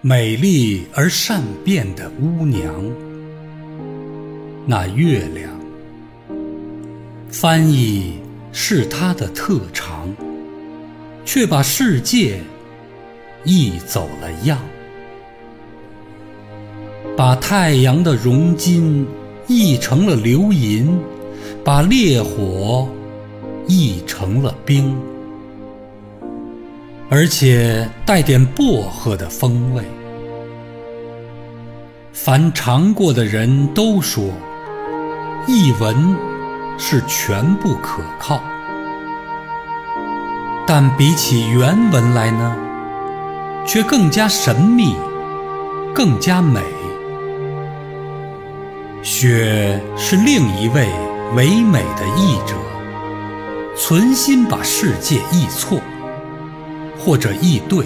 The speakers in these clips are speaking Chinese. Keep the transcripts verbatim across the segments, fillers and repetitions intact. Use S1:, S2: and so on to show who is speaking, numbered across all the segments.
S1: 美丽而善变的巫娘。那月亮，翻译是她的特长，却把世界译走了样，把太阳的熔金译成了流银，把烈火译成了冰，而且带点薄荷的风味。凡尝过的人都说，译文是全不可靠，但比起原文来呢，却更加神秘，更加美。雪是另一位唯美的译者，存心把世界译错，或者译对。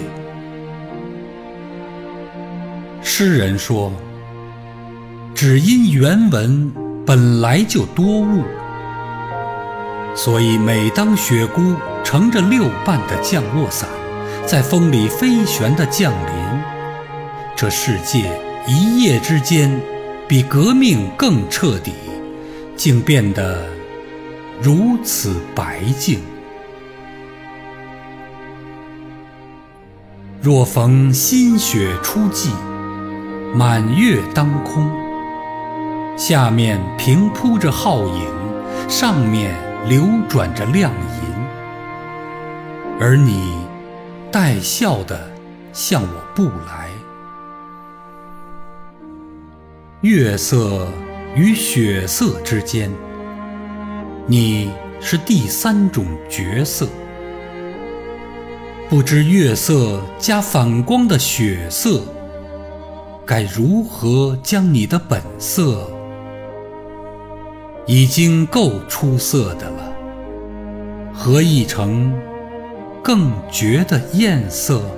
S1: 诗人说，只因原文本来就多雾，所以每当雪姑乘着六瓣的降落伞在风里飞旋地降临，这世界一夜之间比革命更彻底，竟变得如此白净。若逢新雪初霁，满月当空，下面平铺着皓影，上面流转着亮银，而你带笑地向我步来。月色与血色之间，你是第三种角色。不知月色加反光的血色，该如何将你的本色，已经够出色的了，合译成更觉得艳色？